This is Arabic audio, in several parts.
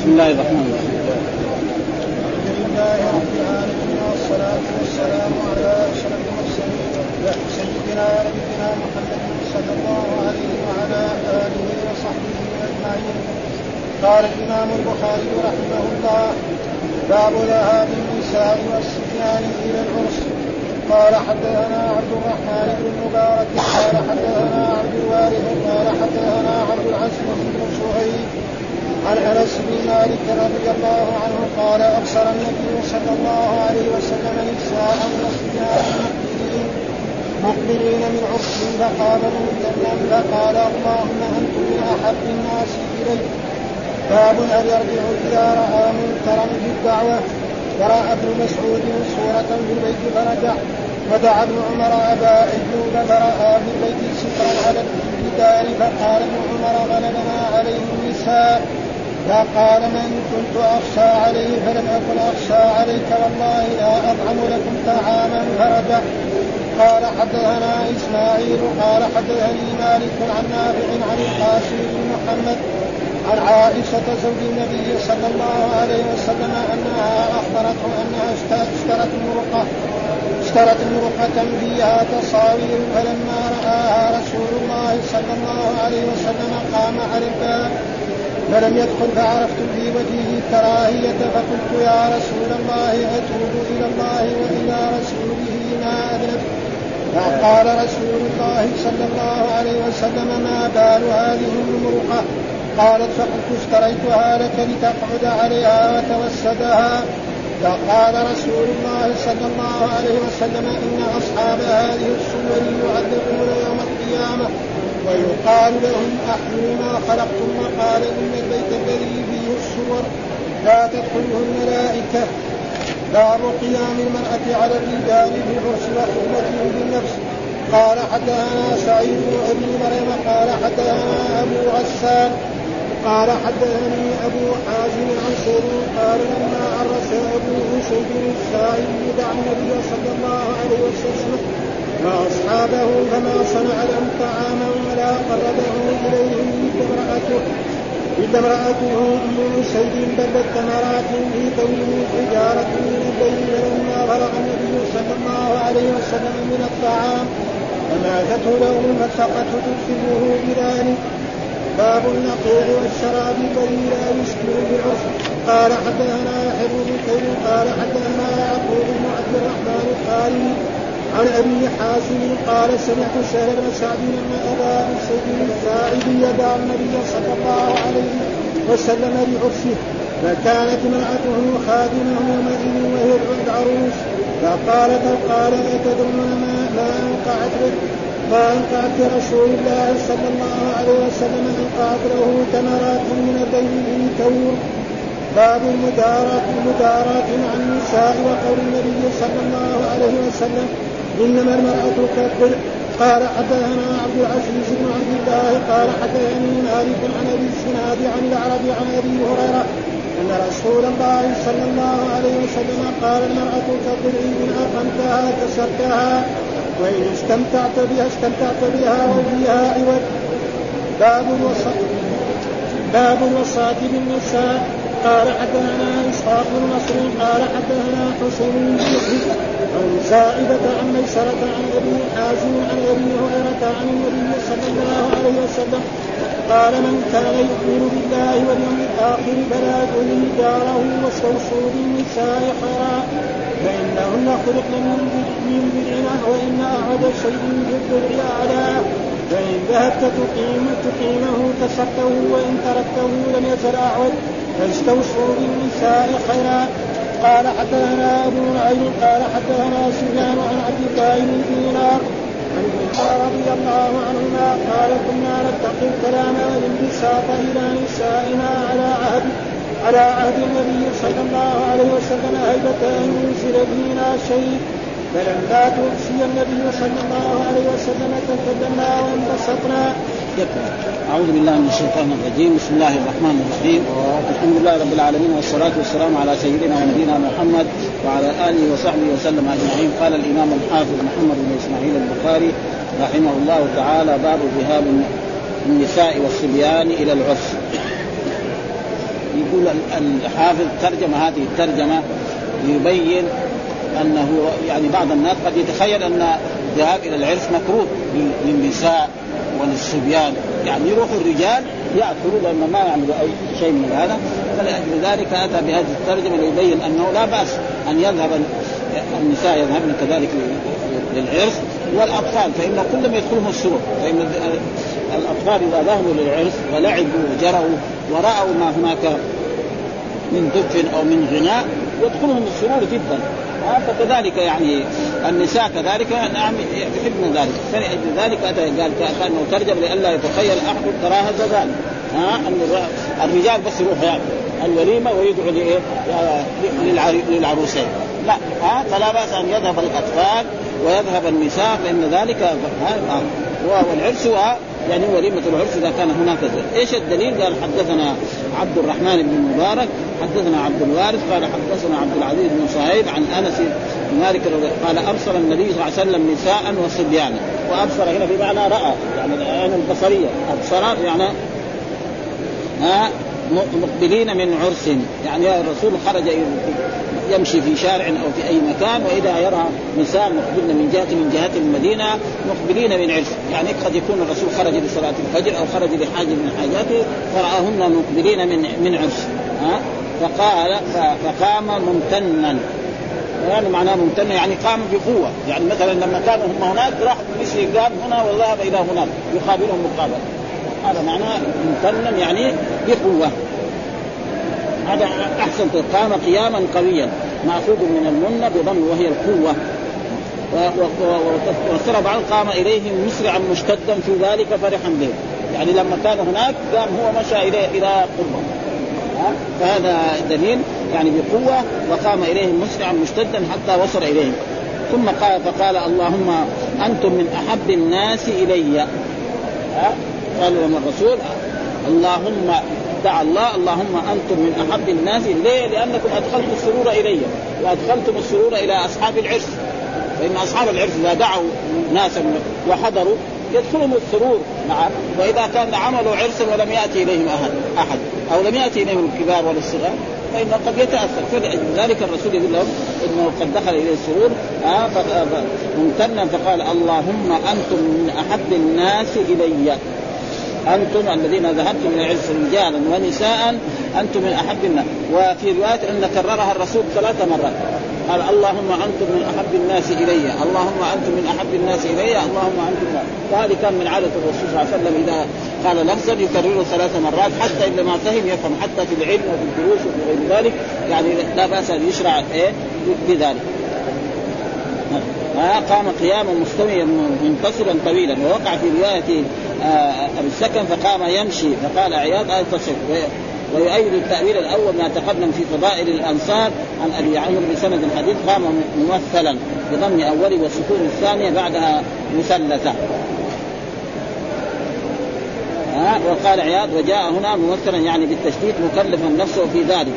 بسم الله الرحمن الرحيم. الحمد لله رب العالمين والصلاة والسلام على أشرف المرسلين سيدنا ونبينا محمد صلى الله عليه وعلى آله وصحبه أجمعين. قال الإمام البخاري رحمه الله: باب ذهاب النساء والصبيان إلى العرس. قال حدثنا عبد الرحمن بن المبارك قال حدثنا عبد الوارث قال حدثنا عبد العزيز بن صهيب عن أنس بن مالك رضي الله عنه قال: أبصر النبي صلى الله عليه وسلم نساء وصبيان مقبلين من عرس فقال مهتما فقال: اللهم أنتم من أحب الناس إلي. باب هل يرجع إذا رأى منكرا في الدعوة. ورأى ابن مسعود صورة في البيت فرجع. ودعا ابن عمر أبا أيوب فرأى في البيت سترا على الجدار فقال ابن عمر: غلبنا عليه النساء. فقال: من كنت أخشى عليه فلم أكن أخشى عليك والله لا أطعم لكم طعاما. فرجع. قال حدثنا إسماعيل قال حدثني مالك عن نافع عن القاسم بن محمد عن عائشة زوج النبي صلى الله عليه وسلم أنها أخبرته أنها اشترت مرقة فيها تصاوير فلما رآها رسول الله صلى الله عليه وسلم قام على الباب فلم يدخل فعرفت في وجهه كراهية فقلت: يا رسول الله أتوب إلى الله وإلى رسوله ما أذنبت. فقال رسول الله صلى الله عليه وسلم: ما بال هذه المرقة؟ قالت: فقلت: اشتريتها لك لتقعد عليها وتوسدها. فقال رسول الله صلى الله عليه وسلم: إن أصحاب هذه الصور يعذبون يوم القيامة ويقال لهم: أحيوا ما خلقتم. وقال: إن البيت الذي فيه الصور لا تدخله الملائكة. باب قيام المرأة على الرجال في العرس وحرمته بالنفس. قال حدثنا سعيد بن أبي مريم قال حدثنا أبو غسان قال حدثني أبو حازم عن سيرين قال: لما عرس أبو أسيد الساعدي دعا النبي صلى الله عليه وسلم وأصحابه فما صنع لهم طعاما ولا قربه إليهم إلا امرأته أم أسيد بلت تمرات في كونه حجارة من الليل. لما فرغ النبي صلى الله عليه وسلم من الطعام فماتته له فسقته تكسبه بذلك. باب النقيع والشراب الذي لا يسكر بالعرس. قال حدثنا يحيى بن بكير قال حدثنا يعقوب بن عبد الرحمن القاري عن أبي حازم قال: سمعت سهل بن سعد أن أبا أسيد الساعدي يدعى النبي صلى الله عليه وسلم لعرسه فكانت امرأته خادمه يومئذ وهي العروس. فقالت: أتدرون ما أنقعت رسول الله صلى الله عليه وسلم أنقعت له تمرات من الليل في تور. باب المدارات عن النساء وقول النبي صلى الله عليه وسلم: إنما المرأة كالضلع. قال حدثنا عبد العزيز بن عبد الله قال حدثني مالك عن أبي الزناد عن الأعرج عن أبي هريرة أن رسول الله صلى الله عليه وسلم قال: المرأة كالضلع إن أقمتها كسرتها وإن استمتعت بها وفيها عوض. باب الوصاة بالنساء. قال حدثنا إسحاق بن نصر قال حدثنا حسين بن يحيى عن سائبة عن ميسرة عن أبي حازم عن أبي هريرة عن النبي صلى الله عليه وسلم قال: من كان يؤمن بالله واليوم الآخر فلا يؤذي جاره واستوصوا بالنساء خيرا فإنهن خلقن من بدعنا وإن أعد شيء في الضلع أعلاه فإن ذهبت تقيمه كسرته وإن تركته لم يزل أعود فاستوصوا بالنساء خيرا. قال حدثنا أبو نعيم قال حدثنا سفيان عن عبد الله بن دينار عن ابن رضي الله عنهما قال: كنا نتقي الكلام والانبساط إلى نسائنا على عهد النبي صلى الله عليه وسلم هيبة أن ينزل فينا شيء. فلما توفي النبي صلى الله عليه وسلم تكلمنا وانبسطنا. أعوذ بالله من الشيطان الرجيم. بسم الله الرحمن الرحيم. الحمد لله رب العالمين والصلاة والسلام على سيدنا ونبينا محمد وعلى آله وصحبه وسلم أجمعين. قال الإمام الحافظ محمد بن إسماعيل البخاري رحمه الله تعالى: باب ذهاب النساء والصبيان إلى العرس. يقول الحافظ ترجم هذه الترجمة يبين أنه يعني بعض الناس قد يتخيل أن الذهاب إلى العرس مكروه للنساء وللصبيان، يعني يروح الرجال يأكلوا لأنه ما يعملوا أي شيء من هذا. فلأجل ذلك أتى بهذه الترجمة ليبين أنه لا بأس أن يذهب النساء يذهبن كذلك للعرس والأطفال، فإن كلهم يدخلهم السرور. فإن الأطفال إذا ذهبوا للعرس ولعبوا وجروا ورأوا ما هناك من دف أو من غناء يدخلهم السرور جدا. فكذلك يعني النساء كذلك نعم يحبن ذلك. فلذلك أتى قال كأنه ترجم لئلا يتخيل أحد كراهة ذلك، أن الرجال بس يروح يعني الوليمة ويدعو للعروسين، لا فلا بأس أن يذهب الأطفال ويذهب النساء، فإن ذلك والعرس يعني وليمة العرس إذا كان هناك ذلك. إيش الدليل؟ قال حدثنا عبد الرحمن بن مبارك حدثنا عبد الوارث قال حدثنا عبد العزيز بن صهيب عن أنس بن مالك قال أبصر النبي صلى الله عليه وسلم نساء وصبيانا. وأبصر هنا بمعنى رأى، يعني العين البصرية. أبصر يعني مقبلين من عرس، يعني الرسول خرج يمشي في شارع أو في أي مكان وإذا يرى نساء مقبلين من جهة المدينة مقبلين من عرس، يعني قد يكون الرسول خرج لصلاة الفجر أو خرج لحاجة من حاجاته فرآهن مقبلين من عرس. فقام ممتنا، يعني معناه ممتن يعني قام بقوة، يعني مثلا لما كانوا هم هناك راح مشي قام هنا وذهب إلى هناك يقابلهم مقابلة، هذا معناه ممتنا يعني بقوة. هذا أحسن. قام قياما قويا مأخوذ من المنة بضم وهي القوة. وفسر بعض قام إليهم مسرعا مشتدا في ذلك فرحا به، يعني لما كان هناك قام هو مشى إلى قربه. فهذا دليل يعني بقوة. وقام إليهم مسرعا مشتدا حتى وصل إليهم. ثم فقال اللهم أنتم من أحب الناس إلي. قال لهم الرسول اللهم دعا الله اللهم أنتم من أحب الناس ليه؟ لأنكم أدخلتم السرور إلي وأدخلتم السرور إلى أصحاب العرس. فإن أصحاب العرس إذا دعوا ناسا وحضروا يدخلهم السرور معه. وإذا كان عملوا عرسا ولم يأتي إليهم أحد أو لم يأتي إليهم الكبار ولا الصغار فإنه قد يتأثر. فلذلك الرسول يقول لهم إنه قد دخل إليه السرور ممتنا. فقال اللهم أنتم من أحب الناس إلي، أنتم الذين ذهبتم من العرس رجالا ونساء أنتم من أحب الناس. وفي رواية أن كررها الرسول 3 مرات، قال اللهم أنتم من أحب الناس إلي، اللهم أنتم من أحب الناس إلي، اللهم أنتم. وهذه كان من عادة الرسول صلى الله عليه وسلم إذا قال لفظا يكرره 3 مرات حتى إذا ما فهم يفهم، حتى في العلم وفي الدروس وفي غير ذلك، يعني لا بأس أن يشرع بذلك. قام قياما مستويا منتصرا طويلا. ووقع في رواية أبي السكن فقام يمشي فقال عياض تصف. ويؤيد التأويل الأول ما تقدم في فضائل الأنصار عن أبي عمرو بسند الحديث قام ممثلا بضم أول والسكون الثانية بعدها مثلثة. وقال عياض وجاء هنا ممثلا يعني بالتشديد مكلفا نفسه في ذلك.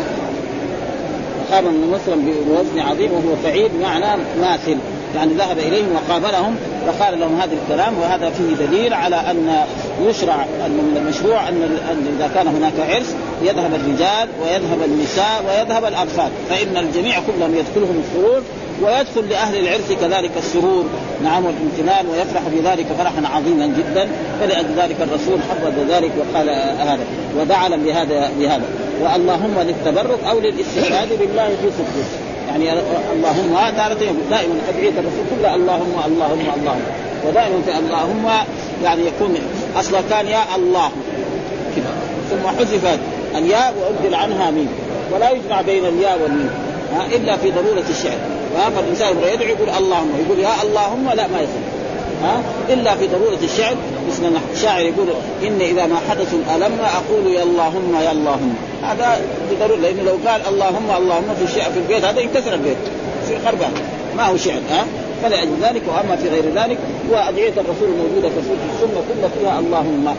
قام ممثلا بوزن عظيم وهو فعيل معنى ماثل، يعني ذهب إليهم وقابلهم وقال لهم هذا الكلام. وهذا فيه دليل على أن يشرع أن المشروع أن إذا كان هناك عرس يذهب الرجال ويذهب النساء ويذهب الأطفال، فإن الجميع كلهم يدخلهم السرور ويدخل لأهل العرس كذلك السرور نعم والامتنان ويفرح بذلك فرحا عظيما جدا. فلأجل ذلك الرسول حفظ ذلك وقال هذا ودعا لهم بهذا. واللهم للتبرك أو للاستشهاد بالله في صدقه، يعني اللهم دائما أدعية الرسول كلها اللهم اللهم اللهم. ودائما في اللهم يعني يكون أصلا كان يا الله كده ثم حذفت الياء وأبدل عنها ميم، ولا يجمع بين الياء والميم إلا في ضرورة الشعر. وأما الإنسان يدعو يقول اللهم يقول يا اللهم لا ما يصير إلا في ضرورة الشعر. مثل الشاعر يقول إن إذا ما حدث الألم أقول يا اللهم يا اللهم، هذا بضرورة، لأنه لو قال اللهم اللهم في الشعر في البيت هذا ينكسر البيت في خربان ما هو شعر فلأجل ذلك. وأما في غير ذلك وأدعية الرسول موجودة في السنة كلها فيها اللهم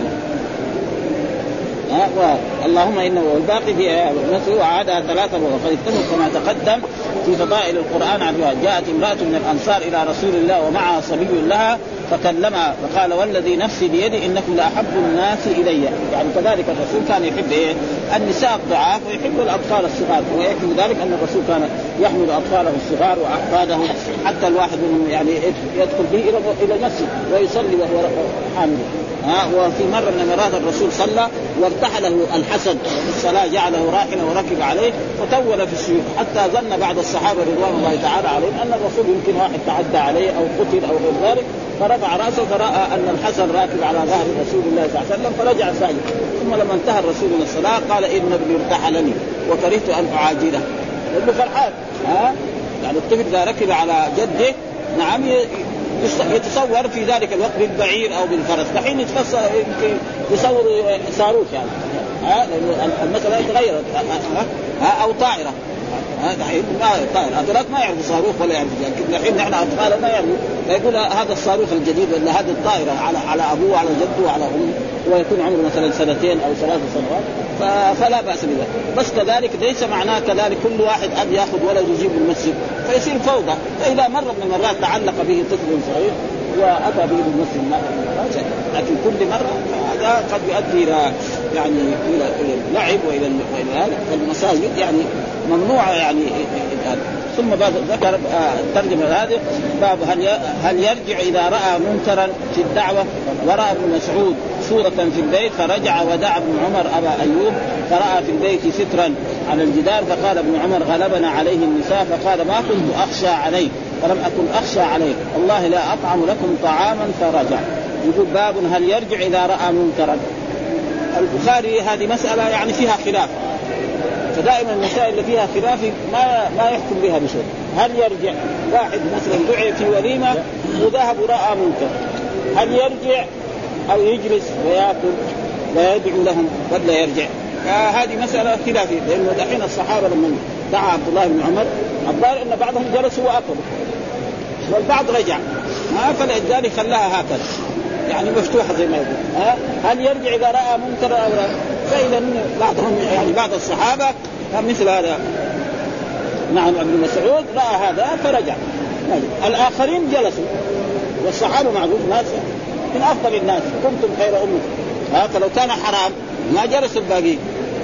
اللهم إنه والباقي في نفسه عادها 3 وقد اتفق كما تقدم في فضائل القرآن عنها. جاءت امرأة من الأنصار إلى رسول الله ومعها صبي لها فكلمها فقال والذي نفسي بيدي إنكم لأحب الناس إلي. يعني كذلك الرسول كان يحب النساء الضعاف ويحب الأطفال الصغار، ويحب ذلك أن الرسول كان يحمل أطفاله الصغار وأحفاده، حتى الواحد منهم يعني يدخل به إلى المسجد ويصلي وهو حامل. وفي مرة من المرات الرسول صلى وارتحله الحسد في الصلاة، جعله راحلا وركب عليه فطول في السجود، حتى ظن بعض الصحابة رضوان الله تعالى عليهم أن الرسول يمكن واحد تعدى عليه أو قتل أو غير ذلك، فرفع رأسه فرأى أن الحسن راكب على ظهر رسول الله صلى الله عليه وسلم فرجع ساجد. ثم لما انتهى الرسول من الصلاة قال إن ابني ارتحلني وكرهت أن أعاجله. ابن فرحان يعني الطفل إذا ركب على جده نعم يتصور في ذلك الوقت بالبعير أو بالفرس، دحين يتفسر يصور صاروخ يعني المسألة تغيرت أو طائرة دحين طائرة هذولك ما يعرفوا صاروخ ولا يعرفوا، لكن دحين نحن أطفال ما يعرفوا، فيقول هذا الصاروخ الجديد ولا هذه الطائرة على أبوه وعلى جده وعلى أمه، ويكون عمره مثلا 2 أو 3 سنوات فلا بأس بذلك. بس كذلك ليس معناه كذلك كل واحد أب يأخذ ولد يجيب المسجد فيصير فوضى، فإذا مرة من المرات تعلق به طفل صغير وأتى به المسجد لكن كل مرة هذا قد يؤدي إلى يعني إلى اللعب وإلى هذا، فالمساجد يعني ممنوعة يعني. ثم بعد ذكر ترجمة هذه باب هل يرجع إذا رأى منكرا في الدعوة. ورأى ابن مسعود سورة في البيت فرجع ودعا ابن عمر أبا أيوب فرأى في البيت سترا على الجدار، فقال ابن عمر غلبنا عليه النساء، فقال ما كنت أخشى عليه فلم أكن أخشى عليه والله لا أطعم لكم طعاما فرجع. يقول باب هل يرجع إذا رأى منكرا. البخاري هذه مسألة يعني فيها خلاف، فدائما المسائل اللي فيها خلاف ما يحكم بها بشيء. هل يرجع واحد مثلا دعي في وليمة وذهب ورأى منكر، هل يرجع أو يجلس ويأكل ويدعو لهم ولا يرجع؟ هذه مسألة خلافية، لأنه دحين الصحابة لما دعا عبد الله بن عمر الظاهر أن بعضهم جلسوا وأكلوا والبعض رجع، فلذلك خلاها هكذا يعني مفتوحة زي ما يقول. هل يرجع إذا رأى منكر أو لا؟ فإذا بعضهم يعني بعض الصحابة مثل هذا نعم ابن مسعود رأى هذا فرجع، الآخرين جلسوا، والصحابة معروف ناس من أفضل الناس كنتم خير أمة، فلو كان حرام ما جلسوا الباقي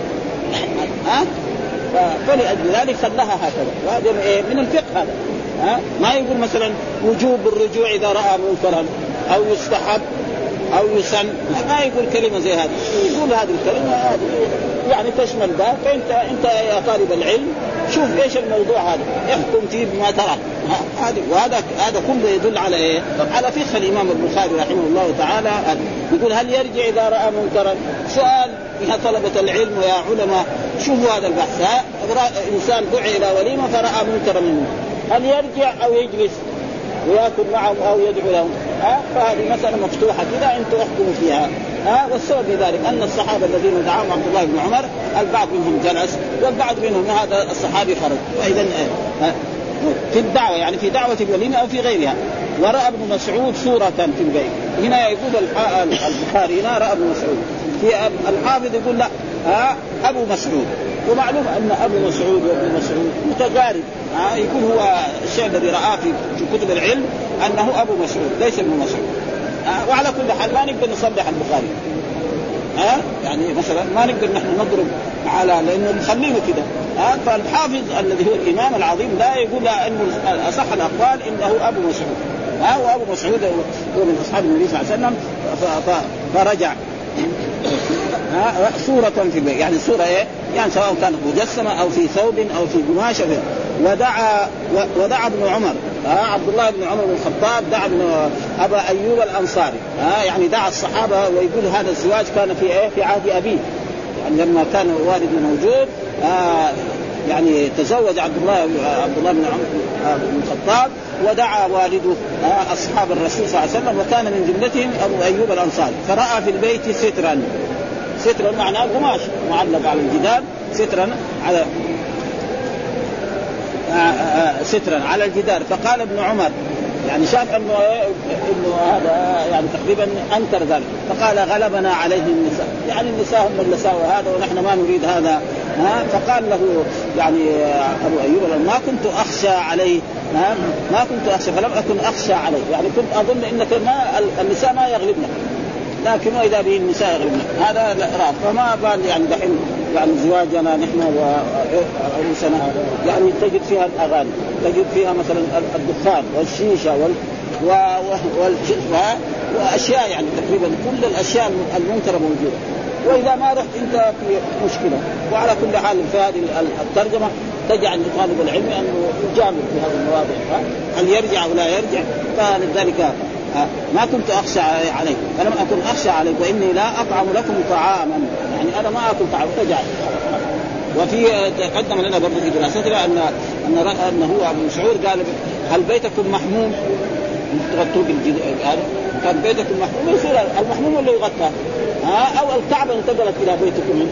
فلأجل ذلك خلاها هكذا. وهذا من الفقه هذا، ما يقول مثلا وجوب الرجوع إذا رأى منكرا أو يستحب أو يسن، ما يقول كلمة زي هذه، يقول هذه الكلمة يعني تشمل ذلك. فأنت يا طالب العلم شوف إيش الموضوع هذا احكم فيه بما ترى. هذا كله يدل على إيه؟ على فقه الإمام البخاري رحمه الله تعالى. يقول هل يرجع إذا رأى منكرا؟ سؤال يا طلبة العلم ويا علماء شوفوا هذا البحث. إنسان دعي إلى وليمة فرأى منكرا منه، هل يرجع أو يجلس ويأكل معهم أو يدعو لهم؟ فهذه مسألة مفتوحة كذا أنتم احكموا فيها. والسبب في ذلك أن الصحابة الذين دعاهم عبد الله بن عمر البعض منهم جلس والبعض منهم هذا الصحابي خرج. فإذا في الدعوة يعني في دعوة الوليمة أو في غيرها. ورأى ابن مسعود سورة في البيت، هنا يقول البخاري هنا رأى ابن مسعود، في الحافظ يقول لا أبو مسعود. ومعلوم أن أبو مسعود وابن مسعود متقارب، يكون هو الشيء الذي رآه في كتب العلم أنه أبو مسعود ليس ابن مسعود. وعلى كل حال ما نقدر نصلح البخاري، يعني مثلا ما نقدر نحن نضرب على لأنه نخليه كده. فالحافظ الذي هو الإمام العظيم لا يقول أنه أصح الأقوال إنه أبو مسعود. وأبو مسعود هو من أصحاب النبي صلى الله عليه وسلم فرجع سورة في البيت، يعني سورة يعني سواء كانت مجسمة أو في ثوب أو في قماشة. ودعا ابن عمر عبد الله بن عمر بن الخطاب دعا أبا أيوب الأنصاري، يعني دعا الصحابة. ويقول هذا الزواج كان في عهد أبيه، يعني لما كان والده موجود يعني تزوج عبد الله بن عمر بن الخطاب ودعا والده أصحاب الرسول صلى الله عليه وسلم، وكان من جملتهم أبو أيوب الأنصاري. فرأى في البيت سترا معناه قماش معلق على الجدار، سترا على الجدار. فقال ابن عمر يعني شاف انه هذا يعني تقريبا انكر ذلك، فقال غلبنا عليه النساء، يعني النساء هم اللي ساووا هذا ونحن ما نريد هذا. فقال له يعني ابو ايوب ما كنت اخشى عليه ما كنت أخشى فلم أكن أخشى عليه، يعني كنت أظن إنك النساء ما يغلبنا، لكن وإذا به النساء يغلبنا هذا رأى. فما بال يعني دحين يعني زواجنا نحن وعروسنا يعني تجد فيها الأغاني، تجد فيها مثلا الدخان والشيشة وأشياء يعني تقريبا كل الأشياء المنكرة موجودة. وإذا ما رحت أنت في مشكلة. وعلى كل حال في هذه الترجمة تجعل لطالب العلم أنه يجامل في هذه المواضيع، هل يرجع أو لا يرجع. فلذلك ما كنت أخشى عليك فلم أكن أخشى عليك وإني لا أطعم لكم طعاما، يعني أنا ما أكل طعام تجعل. وفي تقدم لنا برضو في دراستنا أن هو أبو مسعود قال هل بيتكم محموم؟ تغطوه هذا كان بيتكم محموم، يصير المحموم اللي يغطى أو الكعبة انتقلت إلى بيتكم.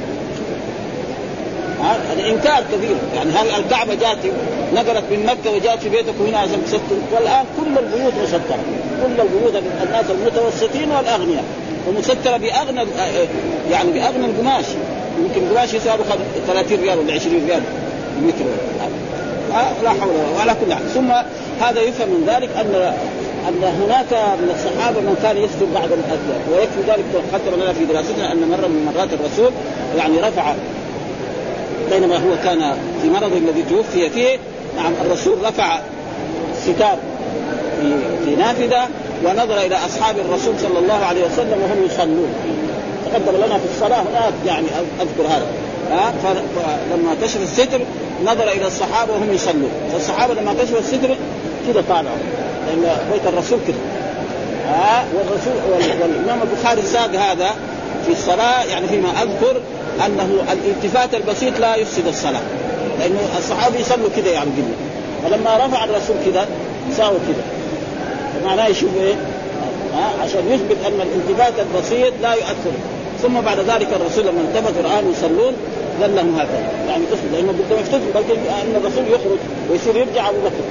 هذا إنكار كبير، يعني هل الكعبة جات نقلت من مكة وجات في بيتكم هنا عشان تسطر؟ والآن كل البيوت مسطرة، كل البيوت الناس المتوسطين والأغنياء ومسطرة بأغنى يعني بأغنى القماش، يمكن القماش يساوي 30 ريال ولا 20 ريال متر. لا حول ولا كل حال. ثم هذا يفهم من ذلك أن هناك من الصحابة من كان يسجد بعد الأذان، ويكفي ذلك قدر لنا في دراستنا أن مرة من مرات الرسول يعني رفع بينما هو كان في مرض الذي توفي فيه، نعم الرسول رفع ستار في نافذة ونظر إلى أصحاب الرسول صلى الله عليه وسلم وهم يصلون. تقدم لنا في الصلاة هناك يعني أذكر هذا. فلما كشف الستر نظر إلى الصحابة وهم يصلون، فالصحابة لما كشف الستر كده طالعوا لأن بيت الرسول كده. والرسول والإمام البخاري زاد هذا في الصلاة، يعني فيما أذكر أنه الالتفات البسيط لا يفسد الصلاة، لأنه الصحابة يصلوا كده يعني جدا، فلما رفع الرسول كده ساووا كده، معناه يشوف إيه عشان يثبت أن الالتفات البسيط لا يؤثر. ثم بعد ذلك الرسول لما التفت الآن يصلون قال لهم هكذا، يعني أصل لأنه بدهم يفتزوا بل أن الرسول يخرج ويصير يرجع أبو بكر.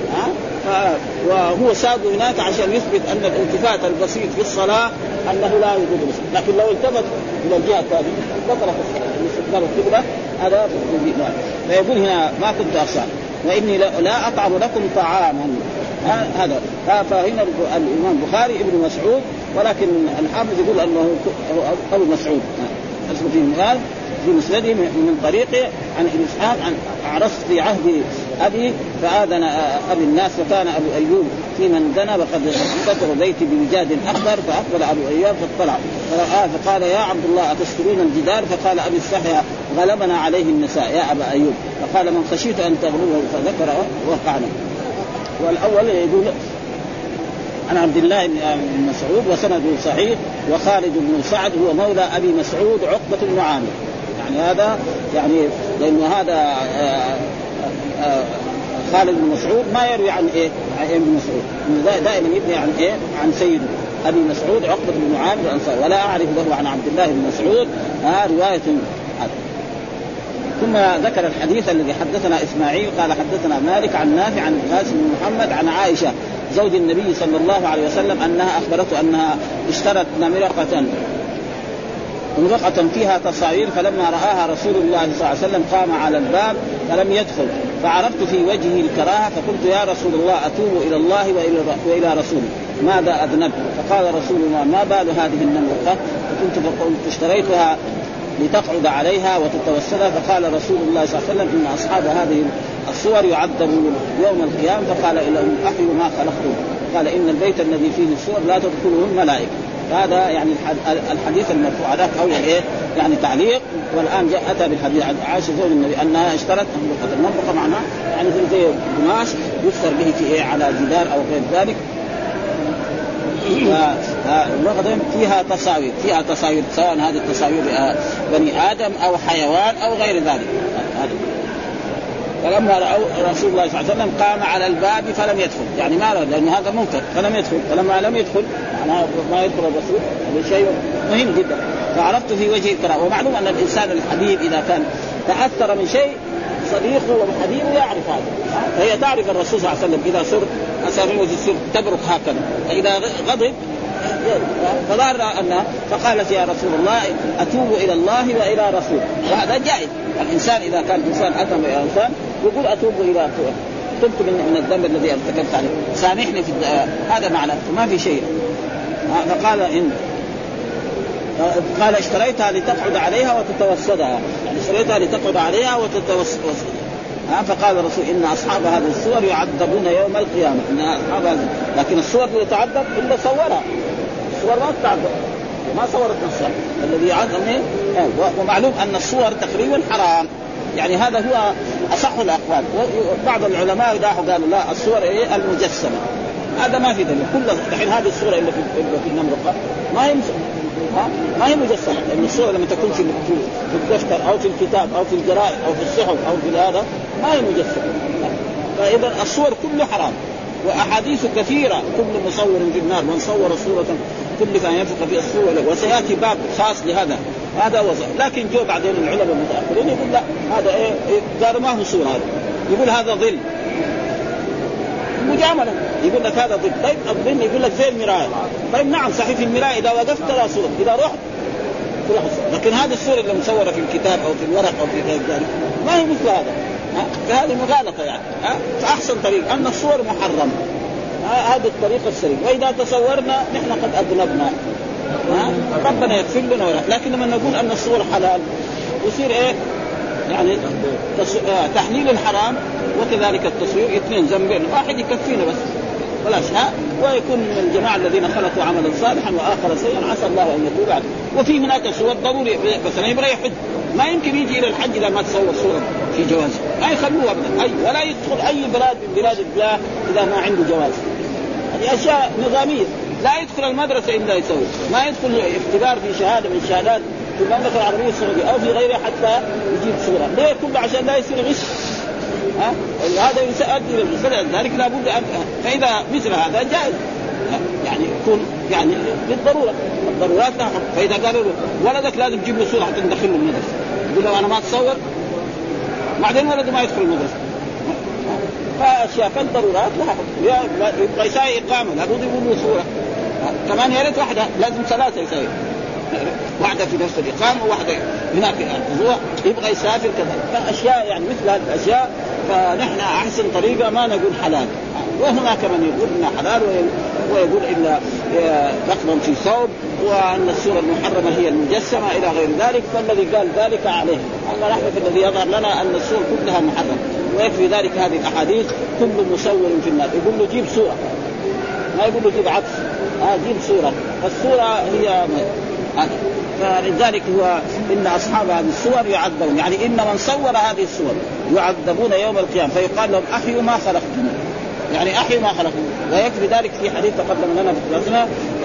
وهو ساد هناك عشان يثبت أن الالتفات البسيط في الصلاة أنه لا يوجد مسلم، لكن لو التفت إلى الجهة الثانية بطلت الاستقبال القبلة هذا فيقول هنا ما كنت أخشى وإني لا أطعم لكم طعاما. هذا فهنا الإمام البخاري ابن مسعود، ولكن الحافظ يقول أنه أبو مسعود اسمه في المثال في مسنده من طريقه عن ابن إسحاق عن عرست في عهد أبي فآذن أبي الناس وكان أبو أيوب في من ذنب وقد ستر بيتي بوجاد أخضر فأقبل أبو أيوب فاطلع فرآه فقال يا عبد الله أتسترون الجدار؟ فقال أبي السحيا غلبنا عليه النساء يا أبا أيوب. فقال من خشيت أن تغلبه فذكر وقعنا. والأول يقول عن عبد الله بن مسعود وسنده صحيح، وخالد بن سعد هو مولى أبي مسعود عقبة بن عامر، يعني هذا يعني لأن هذا خالد بن مسعود ما يروي عن إيه عن ابن مسعود، دائما يبني عن إيه عن سيده أبي مسعود عقبة بن عامر الأنصاري، ولا أعرف له عن عبد الله بن مسعود رواية. ثم ذكر الحديث الذي حدثنا إسماعيل قال حدثنا مالك عن نافع عن القاسم بن محمد عن عائشة زوج النبي صلى الله عليه وسلم أنها أخبرته أنها اشترت مرقة فيها تصاوير، فلما رآها رسول الله صلى الله عليه وسلم قام على الباب فلم يدخل، فعرفت في وجهه الكراهة فقلت يا رسول الله أتوب إلى الله وإلى رسوله ماذا أذنبت؟ فقال رسول الله ما بال هذه النمرقة؟ فقلت اشتريتها لتقعد عليها وتتوسلها. فقال رسول الله صلى الله عليه وسلم إن أصحاب هذه الصور يعذبون يوم القيامة. فقال لهم أحيوا ما خلقتم؟ قال إن البيت الذي فيه الصور لا تدخله الملائكة. هذا يعني الحديث المرفوع هذاك أو يعني تعليق. والآن أتى بالحديث عن عائشة زوج النبي أنها اشترت المنطقة معناه يعني زي قماش يكسر به في على جدار أو غير ذلك. فيها تصاوير سواء هذه التصاوير بني آدم أو حيوان أو غير ذلك. فلما رأوا رسول الله صلى الله عليه وسلم قام على الباب فلم يدخل، يعني ما رأى لأن هذا منكر فلم يدخل. فلما لم يدخل يعني ما يدخل الرسول هذا شيء مهم جدا. فعرفت في وجه الكراهة. ومعلوم أن الإنسان الحبيب إذا كان تأثر من شيء صديقه وحبيبه يعرف هذا. فهي تعرف الرسول صلى الله عليه وسلم إذا صر أسامي وجه تبرق هكذا، فإذا غضب فظهر أنها فقالت يا رسول الله أتوب إلى الله وإلى رسوله. وهذا جائز، الإنسان إذا كان إنسان أتم إلى إنسان يقول أتوب تبت من الذنب الذي ارتكبت عليه، سامحني في هذا معنى ما في شيء. فقال إن قال اشتريتها لتقعد عليها وتتوسدها، يعني اشتريتها لتقعد عليها وتتوسدها. فقال الرسول إن أصحاب هذه الصور يعذبون يوم القيامة، إن أصحاب هذه، لكن الصور اللي تعذب إلا صورها، الصور ما تعذب، ما صورت نفسها، الذي يعذب ومعلوم أن الصور تقريبا حرام، يعني هذا هو أصح الأقوال. وبعض العلماء قالوا لا، الصور المجسمة هذا ما في دليل، كل الحين هذه الصورة اللي في النمرقة ما هي مجسمة، لأن الصورة لما تكون في الدفتر أو في الكتاب أو في الجرائد أو في الصحف أو في هذا ما هي مجسمة. فإذا الصور كله حرام، وأحاديث كثيرة كل مصور في النار، من صور صورة كل فان ينفخ في الصور، وسيأتي باب خاص لهذا، هذا وصف. لكن جو بعدين العلماء المتأخرين يقول لا، هذا قالوا ما هو صورة، هذا يقول هذا ظل مجاملة، يقول لك هذا ظل. طيب الظل يقول لك زي المراية، طيب نعم صحيح في المراية إذا وقفت ترى صورة، إذا رحت تروح الصورة. لكن هذه الصورة اللي مصورة في الكتاب أو في الورق أو في غير ذلك ما هي مثل هذا، فهذه مغالطة يعني. فأحسن طريق أن الصور محرمة، هذه الطريقة السليمة. وإذا تصورنا نحن قد أذنبنا، ربنا يغفر لنا ولا. لكن لما نقول أن الصور حلال يصير يعني تحليل الحرام وكذلك التصوير اثنين ذنبين، واحد يكفينا بس بلاش ويكون من الجماعة الذين خلقوا عملا صالحا وآخر سيئا عسى الله أن يتوب عليه. وفي هناك صور ضروري، مثلا يبغى يحج ما يمكن يجي إلى الحج إذا ما تصور صورة في جواز، ما يخلوه أبدا، ولا يدخل أي بلاد من بلاد الله إذا ما عنده جواز. هذه أشياء نظامية. لا يدخل المدرسة إلا يسوي، ما يدخل اختبار في شهادة من شهادات في المملكة العربية السعودية أو في غيرها حتى يجيب صورة. ليه؟ كله عشان لا يصير غش. هذا يؤدي إلى الغش، ذلك لابد أن فإذا مثل هذا جائز، يعني يكون يعني بالضرورة، الضرورات لا حكم. فإذا قالوا له ولدك لازم تجيب له صورة حتى ندخله المدرسة، يقول له أنا ما أتصور، بعدين ولده ما يدخل المدرسة. فأشياء فالضرورات لا حكم. يبقى يساوي إقامة لابد يقول له صورة، كمان يا ريت واحدة، لازم ثلاثة يساوي، واحدة في نفس الإقامة وواحدة هناك في الأسبوع، يبغى يسافر كذا. فأشياء يعني مثل هذه الأشياء، فنحن أحسن طريقة ما نقول حلال، وهناك من يقول إنها حلال ويقول إلا رقم في ثوب، وأن الصورة المحرمة هي المجسمة إلى غير ذلك. فالذي قال ذلك عليه، أما نحن في الذي يظهر لنا أن الصور كلها محرمة، ويكفي ذلك هذه الأحاديث كل مصور في النار. يقول له جيب صورة، ما يقول له جيب عكس، جيب صورة، الصورة هي فلذلك هو إن أصحاب هذه الصور يعذبون، يعني إن من صور هذه الصور يعذبون يوم القيامة، فيقال لهم أحيوا ما خلقتم، يعني أحيوا ما خلقتم. ويكفي ذلك في حديث تقدم لنا في درسنا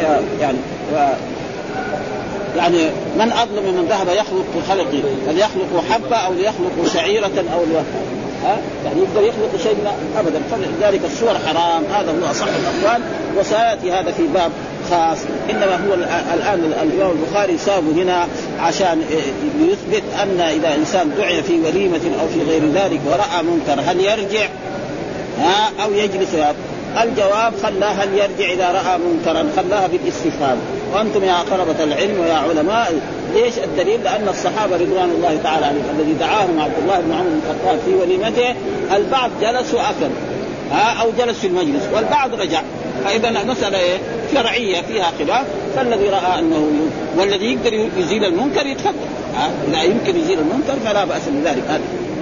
يعني من أظلم من ذهب يخلق خلقه، فليخلق حبة أو ليخلق شعيرة أو يعني يقدر يخلق شيء أبدا. فلذلك الصور حرام، هذا هو أصح الأقوال. وسيأتي هذا في باب خاص، إنما هو الآن الإمام البخاري سابه هنا عشان يثبت أن إذا إنسان دعي في وليمة أو في غير ذلك ورأى منكر هل يرجع أو يجلس؟ الجواب خلاها هل يرجع إذا رأى منكرا، خلاها بالاستفهام. وأنتم يا طلبة العلم ويا علماء، ليش الدليل؟ لأن الصحابة رضوان الله تعالى عنهم الذي دعاهم عبد الله بن عمر بن الخطاب في وليمته، البعض جلس وأكل أو جلس في المجلس والبعض رجع. فإذا مسألة شرعية فيها خلاف، فالذي رأى أنه والذي يقدر يزيل المنكر يتفضل، إذا يمكن يزيل المنكر فلا بأس بذلك.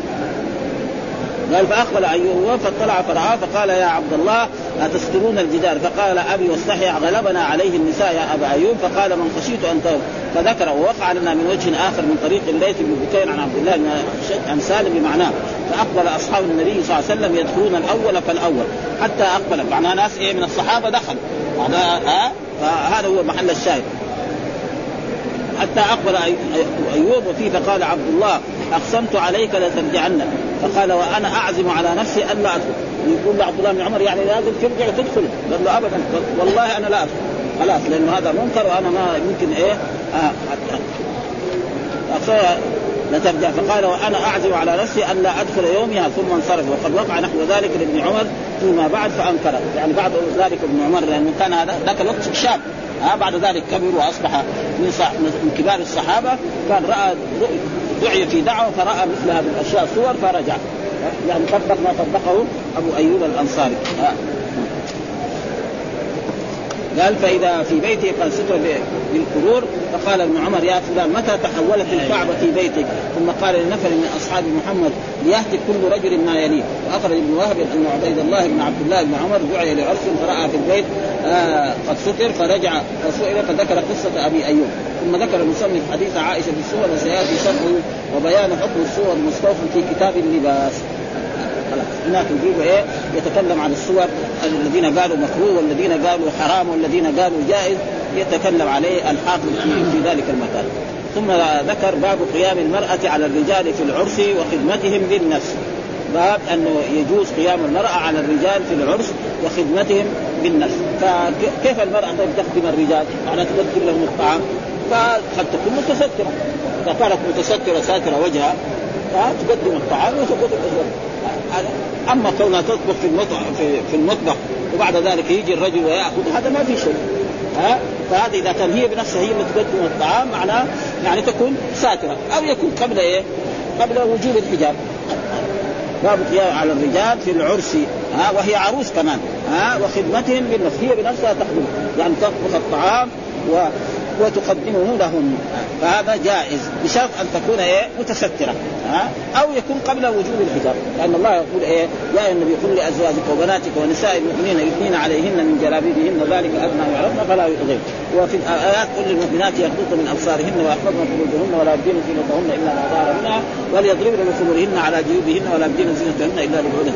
قال فأقبل أيوب فاطلع فرعاه فقال يا عبد الله أتسترون الجدار؟ فقال أبي واستحي غلبنا عليه النساء يا أبا أيوب. فقال من خشيت أن تهب، فذكر ووقع لنا من وجه آخر من طريق الليث بن بكير عن عبد الله عن سالم بمعناه. فأقبل أصحاب النبي صلى الله عليه وسلم يدخلون الأول فالأول حتى أقبل، معناه ناس من الصحابة دخل، فهذا هو محل الشاهد. حتى أقبل أيوب وفيه فقال عبد الله أقسمت عليك لترجعن، فقال وأنا أعزم على نفسي أن لا أدخل. يقول عبد الله بن عمر يعني لازم ترجع وتدخل، قال له أبدا والله أنا لا أدخل خلاص، لأنه هذا منكر وأنا ما يمكن لترجع. فقال وأنا أعزم على نفسي أن لا أدخل يومها، ثم انصرف. وقد وقع نحو ذلك لابن عمر فيما بعد فأنكر، يعني بعد ذلك ابن عمر لأنه كان هذا ذاك الوقت شاب، بعد ذلك كبر وأصبح من كبار الصحابة، كان رأى دعي في دعوة فرأى مثل هذه الأشياء صور فرجع. يعني طبق ما طبقه أبو أيوب الأنصاري. قال فإذا في بيته قد ستر بالقرور فقال ابن عمر يا فلان متى تحولت الكعبة في بيتك؟ ثم قال لنفر من أصحاب محمد ليهتك كل رجل ما يليه. وأخرج ابن وهب أن عبيد الله بن عبد الله بن عمر دعي لعرس فرأى في البيت قد ستر فرجع فسئل فذكر قصة أبي أيوب. ثم ذكر المصنف حديث عائشة في الصور وسيأتي شرحه وبيان حكم الصور المستوفى في كتاب اللباس. هناك يجيب يتكلم عن الصور الذين قالوا مكروه والذين قالوا حرام والذين قالوا جائز يتكلم عليه الحافظ في ذلك المكان. ثم ذكر باب قيام المرأة على الرجال في العرس وخدمتهم بالنفس. باب أنه يجوز قيام المرأة على الرجال في العرس وخدمتهم بالنفس. فكيف المرأة تخدم الرجال؟ يعني تقدم لهم الطعام فقد تكون متسترة، إذا كانت متسترة ساترة وجهها تقدم الطعام وتقدم الأزواج. أما كونها تطبخ في المطبخ وبعد ذلك يجي الرجل ويأخذ هذا ما في شيء. فهذا إذا كان هي بنفسها هي اللي تقدم الطعام معناه يعني تكون ساترة، أو يكون قبل قبل وجوب الحجاب. باب قيام على الرجال في العرس وهي عروس كمان وخدمتهم بالنفس، هي بنفسها تخدم يعني تطبخ الطعام وتقدمه لهم، فهذا جائز بشرط أن تكون متسترة أو يكون قبل وجوب الحجاب، لأن الله يقول يا أيها النبي قل لأزواجك وبناتك ونساء المؤمنين يثنين عليهن من جلابيبهن ذلك أدنى يعرفن فلا يؤذين. وفي الآيات قل للمؤمنات يغضضن من أبصارهن ويحفظن فروجهن ولا يبدين زينتهن إلا ما ظهر منها وليضربن بخمرهن على جيوبهن ولا يبدين زينتهن إلا لبعولهن.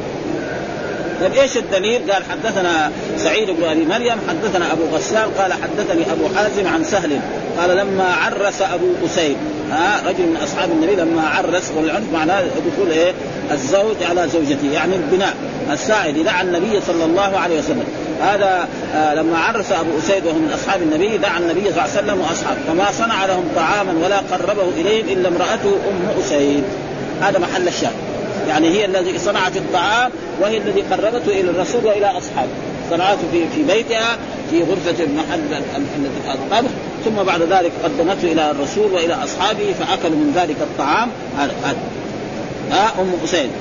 طيب ايش الدليل؟ قال حدثنا سعيد بن ابي مريم حدثنا ابو غسان قال حدثني ابو حازم عن سهل قال لما عرس ابو اسيد رجل من اصحاب النبي لما عرس، والعنف معناه دخول الزوج على زوجته يعني البناء الساعد دعا النبي صلى الله عليه وسلم. هذا لما عرس ابو اسيد وهو من اصحاب النبي دعا النبي صلى الله عليه وسلم واصحابه فما صنع لهم طعاما ولا قربه اليهم الا امراته ام اسيد. هذا محل الشاهد، يعني هي الذي صنعت الطعام وهي الذي قربته إلى الرسول وإلى أصحابه، صنعته في بيتها في غرفة المحل الطبخ، ثم بعد ذلك قدمته إلى الرسول وإلى أصحابه فأكلوا من ذلك الطعام. أم أسيد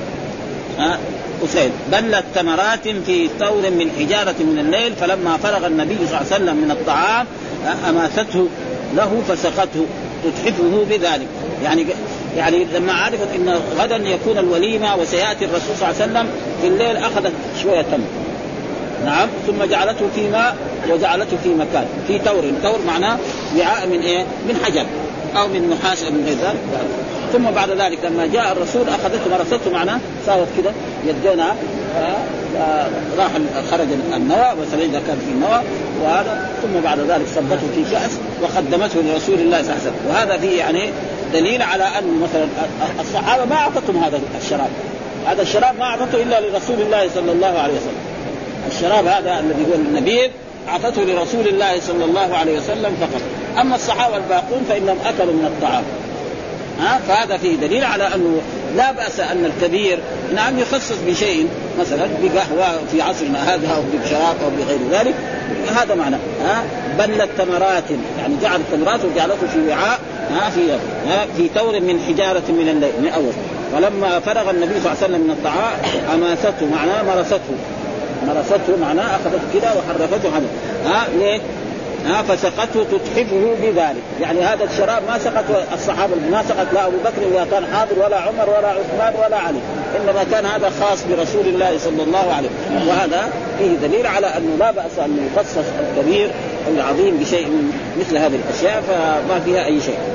أسيد بلت تمرات في ثور من حجارة من الليل فلما فرغ النبي صلى الله عليه وسلم من الطعام أماثته له فسقته تتحفه بذلك. يعني لما عرفت ان غدا يكون الوليمه وسياتي الرسول صلى الله عليه وسلم في الليل اخذت شويه تمر نعم ثم جعلته في ماء وجعلته في مكان في تور معناه وعاء من حجر او من نحاس او من غير ذلك. ثم بعد ذلك لما جاء الرسول اخذته مرسته معناه صارت كده يدينا راح خرج النوى مثلا اذا كان في النوى وهذا، ثم بعد ذلك صبته في كأس وقدمته لرسول الله صلى الله عليه وسلم. وهذا فيه يعني دليل على أن مثلا الصحابة ما أعطتهم هذا الشراب، هذا الشراب ما أعطته إلا لرسول الله صلى الله عليه وسلم. الشراب هذا الذي هو النبيذ أعطته لرسول الله صلى الله عليه وسلم فقط. أما الصحابة الباقون فإنهم أكلوا من الطعام. فهذا فيه دليل على أنه لا بأس أن الكبير نعم يخصص بشيء مثلا بقهوة في عصرنا هذا أو بشراب أو بغير ذلك، هذا معنى بلت تمرات يعني جعل التمرات وجعلته في وعاء في تور من حجارة من الليل من أول. ولما فرغ النبي صلى الله عليه وسلم من الطعام أماثته معناه مرسته معناه أخذته كده وحرفته ليه؟ فسقته تتحفه بذلك. يعني هذا الشراب ما سقط الصحابة، ما سقط لا أبو بكر ولا كان حاضر ولا عمر ولا عثمان ولا علي، إنما كان هذا خاص برسول الله صلى الله عليه وسلم. وهذا فيه دليل على أنه لا بأس أن يخصص الكبير أو العظيم بشيء من مثل هذه الأشياء فما فيها أي شيء.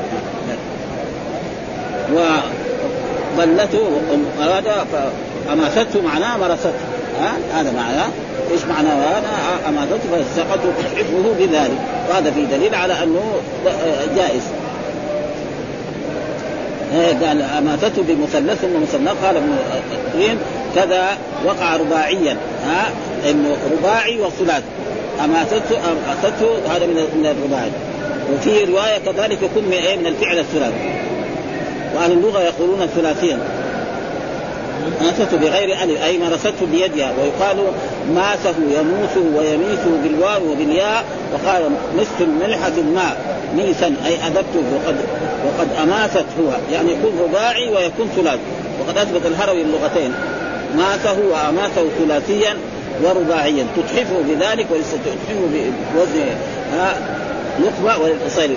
وظلته هذا فأماثته معناه مرسته هذا معناه إيش معناه هذا أماثته فسقته تحفه بذلك. وهذا فيه دليل على أنه جائز. قال أماثته بمثلث ومثنى قال ابن القيم كذا وقع رباعيا إنه رباعي وثلاث أماثته هذا من الرباعي. وفي رواية كذلك يكون من الفعل الثلاثي، وأهل اللغة يقولون الثلاثيا ماسته بغير ألف أي مرسته بيدها. ويقال ماسه يموسه ويميسه بالواو وبالياء. وقال مثل الملحة الماء ميسا أي أذبته وقد أماست هو يعني يكون رباعي ويكون ثلاثي. وقد أثبت الهروي اللغتين ماته وأماته ثلاثيا ورباعيا، تتحفه بذلك ولستتحفه بوزن نقبة وللأصيل.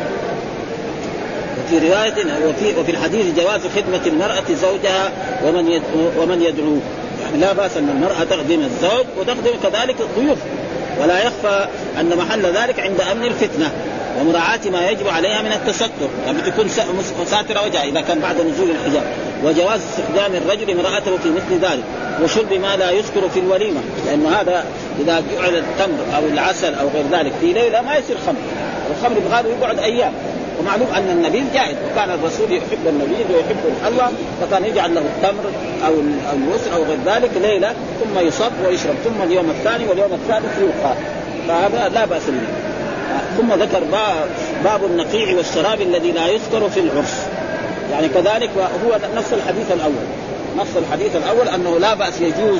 وفي رواية وفي الحديث جواز خدمة المرأة زوجها ومن يدعوه، يعني لا بأس أن المرأة تخدم الزوج وتخدم كذلك الضيوف، ولا يخفى أن محل ذلك عند أمن الفتنة ومراعاة ما يجب عليها من التستر، يعني تكون ساترة وجهها إذا كان بعد نزول الحجاب. وجواز استخدام الرجل امرأته في مثل ذلك، وشرب ما لا يذكر في الوليمة، لأن هذا إذا جعل التمر أو العسل أو غير ذلك في ليلة ما يصير خمر، الخمر بغاله يقعد أيام. ومعلوم أن النبيذ جائز، وكان الرسول يحب النبيذ ويحب الحلوى، فكان يجعل له التمر أو الوسر أو غير ذلك ليلة ثم يصب ويشرب، ثم اليوم الثاني واليوم الثالث يلقى، فهذا لا بأس به. ثم ذكر باب النقيع والشراب الذي لا يذكر في العرس، يعني كذلك هو نص الحديث الأول أنه لا بأس يجوز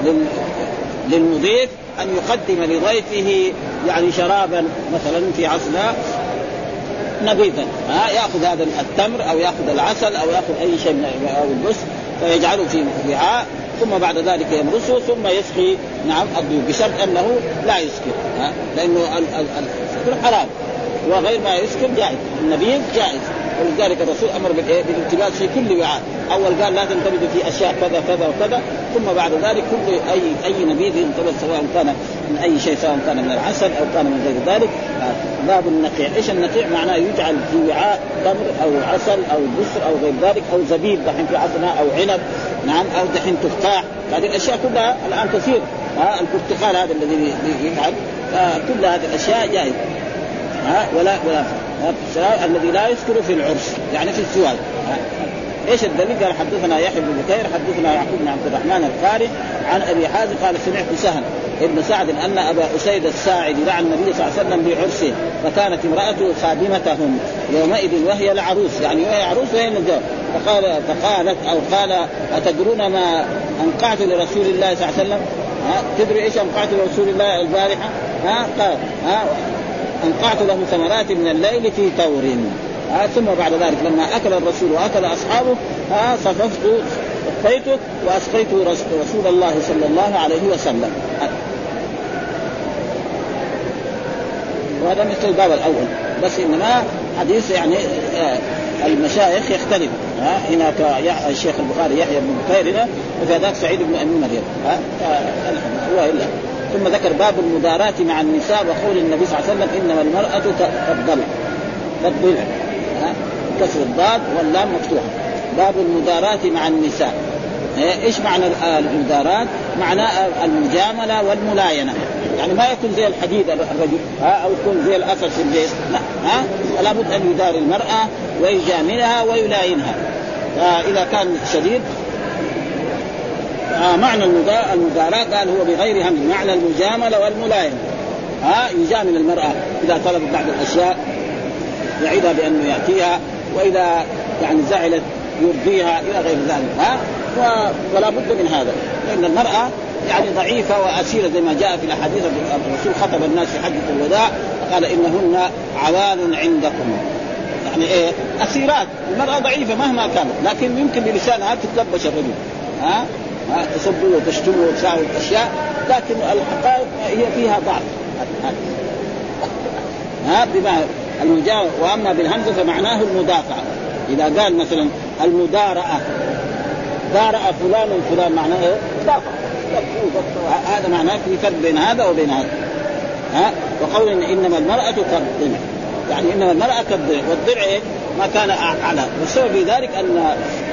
للمضيف أن يقدم لضيفه يعني شرابا مثلا في عصنا نبيذا، يأخذ هذا التمر أو يأخذ العسل أو يأخذ أي شيء أو البس فيجعله في وعاء، ثم بعد ذلك يمرسه ثم يسقي الضيوف، بشرط أنه لا يسكر، لأنه السكر حرام وغير ما يسكر جائز، النبيذ جائز. ولذلك الرسول أمر بالالتباس في كل وعاء، أول قال لا تنتبذ في أشياء كذا كذا وكذا، ثم بعد ذلك كل أي نبيذ ينتبذ سواء كان من أي شيء، سواء كان من العسل أو كان من غير ذلك. باب النقيع، إيش النقيع؟ معناه يجعل في وعاء تمر أو عسل أو بسر أو غير ذلك، أو زبيب دحين في عصنا أو عنب أو دحين تفاح، هذه الأشياء كلها الآن كثير، البرتقال هذا الذي يفعل، كل هذه الأشياء جائز. ولا الذي لا يذكر في العرس يعني في الزواج. ايش الدليل؟ قال حدثنا يحيى بن بكير حدثنا يعقوب بن عبد الرحمن القاري عن ابي حازم قال سمعت سهل ابن سعد ان ابا اسيد الساعدي دعا النبي صلى الله عليه وسلم بعرسه، فكانت امراته خادمتهم يومئذ وهي العروس، يعني وهي عروس وهي النجار، فقالت او قال اتدرون ما انقعت لرسول الله صلى الله عليه وسلم؟ تدري ايش انقعت لرسول الله البارحه؟ قال انقعت له ثمرات من الليل في تور. ثم بعد ذلك لما أكل الرسول وأكل أصحابه صفيته وأسقيت رسول الله صلى الله عليه وسلم. وهذا مثل الباب الأول، بس إنما حديث يعني المشايخ يختلف، هناك الشيخ البخاري يحيى بن بكير هنا، وفي ذاك سعيد بن أبي مريم هو إلا. ثم ذكر باب المداراة مع النساء وقول النبي صلى الله عليه وسلم إنما المرأة كالضلع، كسر الضاد واللام مفتوحة. باب المداراة مع النساء، إيش معنى المداراة؟ معنى المجاملة والملاينة، يعني ما يكون زي الحديد الرجل أو يكون زي الأسد في البيت، لا، لابد أن يدار المرأة ويجاملها ويلاينها. إذا كان شديد معنى المداراة قال هو بغير هم، معنى المجاملة والملاينة، يجامل المرأة إذا طلبت بعض الأشياء يعيدها بأنه يأتيها، وإذا يعني زعلت يرضيها إلى غير ذلك، ولا بد من هذا، لأن المرأة يعني ضعيفة وأسيرة زي ما جاء في الأحاديث. الرسول خطب الناس في حجة الوداع قال إنهن عوان عندكم، يعني إيه؟ أسيرات. المرأة ضعيفة مهما كانت، لكن يمكن بلسانها تتلبش الرجل، تسبه وتشتمه وتساوي أشياء، لكن الحقائق هي فيها ضعف. بما المجاورة. وأما بالهمزة فمعناه المدافعة. إذا قال مثلا المدارعة، دارع فلان معناه إيه؟ دافع. هذا معناه في فرق بين هذا وبين هذا. وقول إنما المرأة كالضلع، يعني إنما المرأة كالضلع، والضلع ما كان أعلى. والسبب في ذلك أن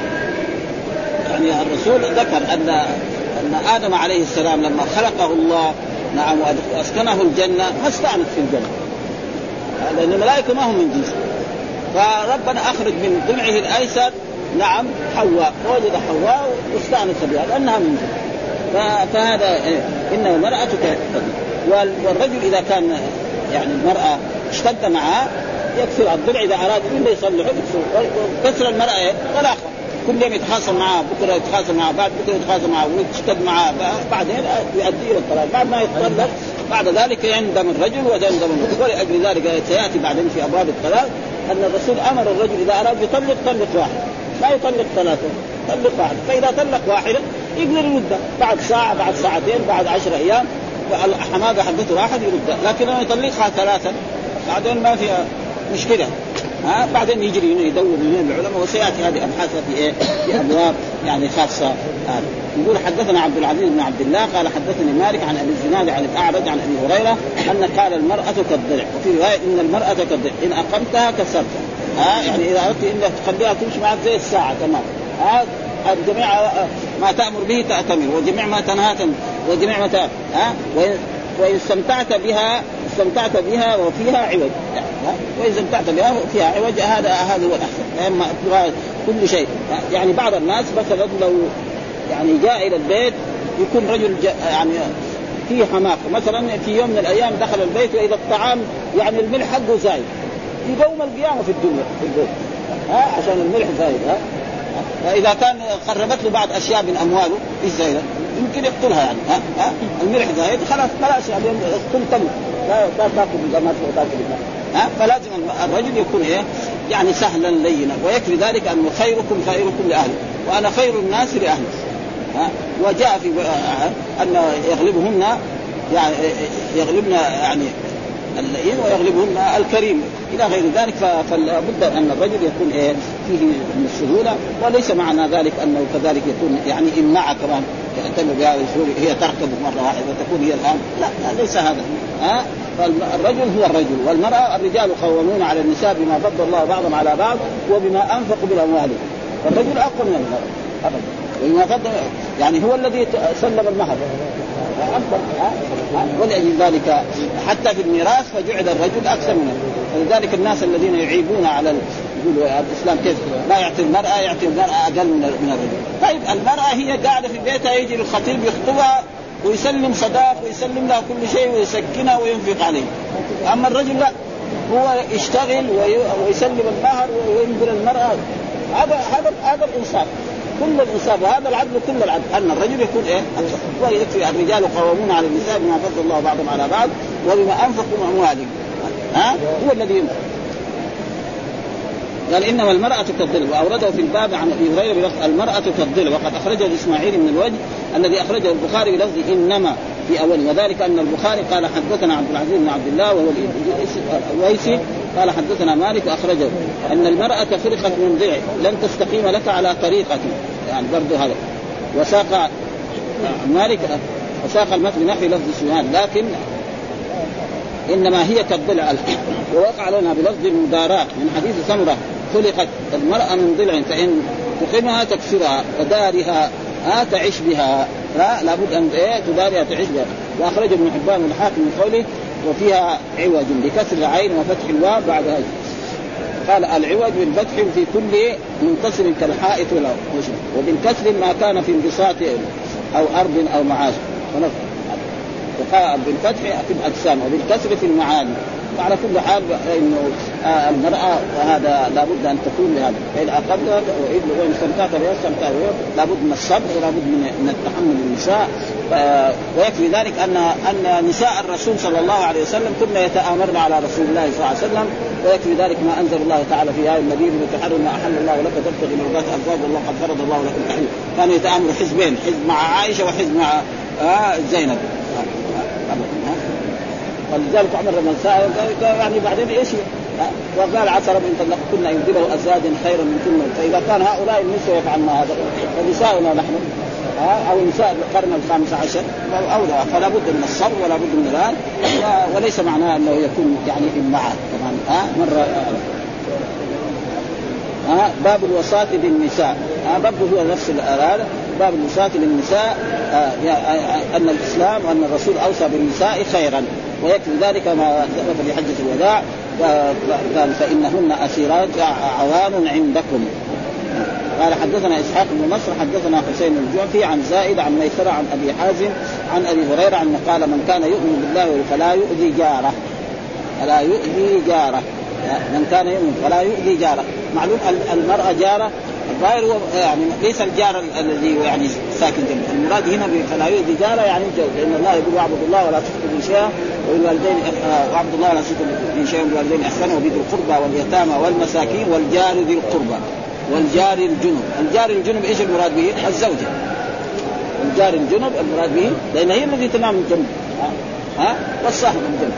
يعني الرسول ذكر أن آدم عليه السلام لما خلقه الله وأسكنه الجنة ما استعنت في الجنة، لأن الملائكة ما هم من جنسه، فربنا أخرج من ضلعه الأيسر حواء، ووجد حواء واستأنس بها لأنها من جنسه. فهذا إنما المرأة كالضلع. والرجل إذا كان يعني المرأة اشتد معها يكسر الضلع، إذا أراد إلا يصلحه كسر المرأة طلاقة، كل يوم يتخاصم معها، بكرة يتخاصم معها، بعد بكرة يتخاصم معها ويشتد معها، بعدين يؤدي إلى الطلاق. بعد ما يتطلق بعد ذلك يندم الرجل ويندم المرأة. ولأجل ذلك سيأتي بعدين في أبواب الطلاق أن الرسول أمر الرجل إذا أراد يطلق طلق واحد، لا يطلق ثلاثة، طلق واحد. فإذا طلق واحدة يقدر يردها بعد ساعة بعد ساعتين بعد 10 أيام، الحماقة حقته واحد يردها. لكن لما يطلقها 3 بعدين ما فيها مشكلة، بعدين يجري هنا يدور من العلماء، وسيأتي هذه أبحاثها في أبواب يعني خاصة. يقول حدثنا عبد العزيز بن عبد الله قال حدثني مالك عن أبي الزناد عن الأعرج عن أبي هريرة أن قال المرأة كالضلع، وفي رواية إن المرأة كالضلع إن أقمتها كسرتها. يعني إذا أردت إنك تخليها تمشي معك زي الساعة تمام. الجميع ما تأمر به تأتمر، وجميع ما تنهى وجميع ما وإن استمتعت بها وفيها عوج، وإن استمتعت بها وفيها عوج هذا هو الأحسن. كل شيء يعني بعض الناس مثلا لو يعني جاء إلى البيت يكون رجل يعني فيه حماقة، مثلا في يوم من الأيام دخل البيت وإذا الطعام يعني الملح حقه زايد، يقوم القيامة في الدنيا في البيت عشان الملح زايد. فإذا كان قربت له بعض أشياء من أمواله إيش زايدة يمكن يقتلها يعني. الملح زايد خلاص يعني تم لا تأكل الجمال وتأكل. فلازم الرجل يكون يعني سهلا لينا، ويكفي ذلك أن خيركم لأهله وأنا خير الناس لأهله. وجاء في أن يغلبن يعني اللئيم ويغلبهن الكريم إلى غير ذلك. فلا بد أن الرجل يكون فيه من السهولة، وليس معنى ذلك أنه كذلك يكون يعني إمعة كمان يهتم بها هي تركب مرة واحدة وتكون هي الآن، لا ليس هذا. فالرجل هو الرجل، والمرأة الرجال قوامون على النساء بما فضل الله بعضهم على بعض وبما أنفقوا من أموالهم. فالرجل أقوى من المرأة أبدا، وبما فضل يعني هو الذي سلم المهر ولأجل ذلك حتى في الميراث فجعل الرجل أكثر منه. ولذلك الناس الذين يعيبون على يقولوا الإسلام كيف لا يعطي المرأة أقل من الرجل. طيب المرأة هي قاعدة في بيتها، يجي الخطيب يخطبها ويسلم صداق ويسلم لها كل شيء ويسكنها وينفق عليه. أما الرجل لا، هو يشتغل ويسلم المهر وينقل المرأة. هذا الإنصاف كل الإنصاف، وهذا العدل كل العدل، أن الرجل يكون أكثر. ويكفي الرجال قوامون على النساء بما فضل الله بعضهم على بعض وبما أنفقوا من أموالهم. هو الذي ينفق. قال إنما المرأة كالضلع، وأورده في الباب عن أبي هريرة بلفظ المرأة كالضلع، وقد أخرجه إسماعيل من الوجه الذي أخرجه البخاري بلفظ إنما في أول. وذلك أن البخاري قال حدثنا عبد العزيز بن عبد الله وهو الويسي قال حدثنا مالك أخرجه أن المرأة خلقت من ضلع لن تستقيم لك على طريقة، يعني برضو هذا. وساق مالك وساق المتن نحو لفظ سفيان، لكن إنما هي كالضلع. ووقع لنا بلفظ المداراة من حديث سمرة خلقت المرأة من ضلع فإن تقيمها تكسرها ودارها تعيش بها، لابد أن تدارها تعيش بها. وأخرج ابن حبان الحاكم من قوله وفيها عوج بكسر العين وفتح الواو بعد هذا. قال العوج بالفتح في كل منتصر كالحائط وبالكسر ما كان في انبساط أو أرض أو معاش. وقال بالفتح في الأجسام وبالكسر في المعاني. وعلى كل حال إنه المرأة هذا لابد أن تكون لهذا، فإن أقمتها وإن استمتعت بها استمتعت بها لابد من الصبر ولابد من التحمل النساء. ويكفي ذلك أن نساء الرسول صلى الله عليه وسلم كنا يتآمرن على رسول الله صلى الله عليه وسلم. ويكفي ذلك ما أنزل الله تعالى في آية النبي وتحرم ما أحل الله لك تبتغي مرضات أزواج والله قد فرض الله لك التحريم. كانوا يتآمروا حزبين، حزب مع عائشة وحزب مع زينب. ولذلك عمر بن سائر يعني بعدين ايش وقال عسى رب ان كنا يبدله ازواجا خيرا من كنا. فاذا كان هؤلاء النساء يفعلن هذا فنساؤنا نحن او نساء القرن الخامس عشر اولى. فلا بد من الصبر ولا بد من الآن، وليس معناه انه يكون يعني امعاء كمان. مره باب الوصاة بالنساء برضه هو نفس الآلة. باب الوصاة للنساء أن الإسلام وأن الرسول أوصى بالنساء خيرا، ويكفي ذلك ما ثبت في حجة الوداع قال فإنهن أسيرات عوان عندكم. قال حدثنا إسحاق بن نصر حدثنا حسين الجعفي عن زائد عن ميسرة عن أبي حازم عن أبي هريرة أنه قال من كان يؤمن بالله فلا يؤذي جاره، فلا يؤذي جاره. من كان يؤمن فلا يؤذي جاره. معلوم المرأة جارة، الظاهر هو يعني ليس الجار الذي يعني ساكن جنبه، المراد هنا فلا يؤذي جاره يعني الجوز، لأن الله يقول واعبدوا الله ولا تشركوا به شيئا وبالوالدين واعبدوا الله ولا تشركوا به شيئا وبالوالدين إحسانا وبذي القربى واليتامى والمساكين والجار ذي القربى. والجار الجنب. الجار الجنب ايش المراد به؟ الزوجه. الجار الجنب المراد به لان هي التي تنام الجنب والصاحب الجنب.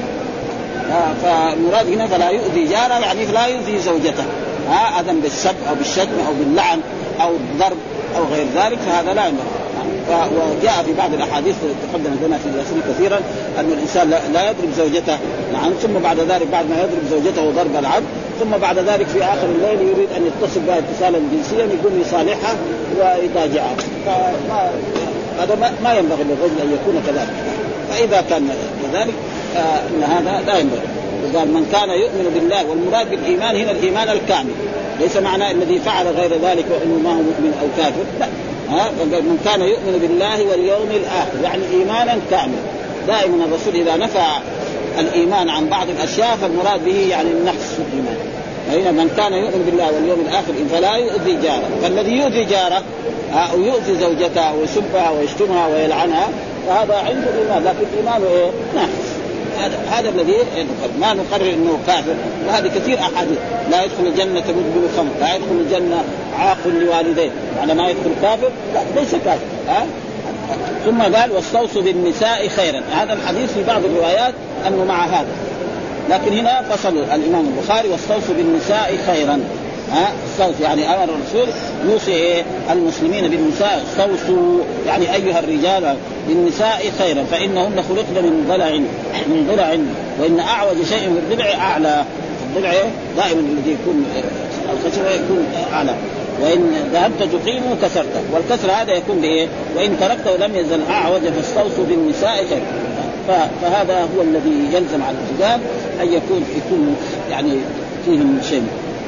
فالمراد هنا فلا يؤذي جاره يعني فلا يؤذي زوجته اذى بالسب او بالشتم او باللعن او الضرب او غير ذلك، فهذا لا ينبغي. وجاء في بعض الاحاديث تقدم لنا في الياسين كثيرا ان الانسان لا يضرب زوجته نعم، ثم بعد ذلك بعد ما يضرب زوجته ضرب العبد ثم بعد ذلك في اخر الليل يريد ان يتصل بها اتصالا جنسيا يقوم يصالحها ويضاجعها. هذا ما ينبغي للرجل ان يكون كذلك. فاذا كان كذلك ان هذا لا ينبغي. قال من كان يؤمن بالله، والمراد بالايمان هنا الايمان الكامل، ليس معناه الذي فعل غير ذلك وانه ما هو مؤمن او كافر، لا. من كان يؤمن بالله واليوم الآخر يعني إيمانا كاملا. دائما الرسول إذا نفى الإيمان عن بعض الأشياء فالمراد به يعني النقص في الإيمان. يعني من كان يؤمن بالله واليوم الآخر فلا يؤذي جاره. فالذي يؤذي جاره أو يؤذي زوجته ويسبها ويشتمها ويلعنها فهذا عنده إيمان، لكن إيمانه إيه؟ ناقص. هذا الذي ما نقرر انه كافر. وهذه كثير احاديث لا يدخل الجنه مدمن خمر، لا يدخل الجنه عاق لوالديه، على ما يدخل كافر لا ليس كافر. ثم قال واستوصوا بالنساء خيرا. هذا الحديث في بعض الروايات انه مع هذا، لكن هنا فصلوا الامام البخاري واستوصوا بالنساء خيرا. الصوت يعني امر الرسول يوصي المسلمين بالنساء، استوصوا يعني ايها الرجال بالنساء خيرا فانهن خلقن من ضلع وان اعوج شيء من الضلع اعلى. الضلع دائما الذي يكون الخشبه يكون اعلى، وان ذهبت تقيمه كسرته، والكسر هذا يكون بايه؟ وان تركته لم يزل اعوج فاستوصوا بالنساء خيرا. فهذا هو الذي يلزم على الرجال ان يكون يعني فيهم شيء.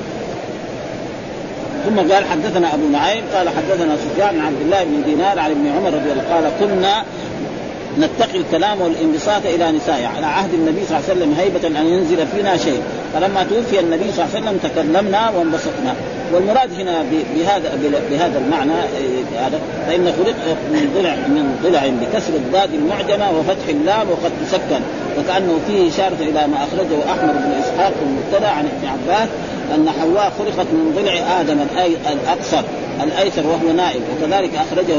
ثم قال حدثنا أبو نعيم قال حدثنا سفيان عن عبد الله بن دينار عن ابن عمر رضي الله عنه قال كنا نتقي الكلام والانبساط إلى نسائه على عهد النبي صلى الله عليه وسلم هيبة أن ينزل فينا شيء، فلما توفي النبي صلى الله عليه وسلم تكلمنا وانبسطنا. والمراد هنا بهذا المعنى فإن خلق من ضلع بكسر الضاد المعجمة وفتح اللام وقد تسكن، وكأنه فيه إشارة إلى ما أخرجه أحمد بن إسحاق المبتدع عن ابن عباس أن حواء خلقت من ضلع آدم الأقصر الأيسر وهو نائب، وكذلك أخرجه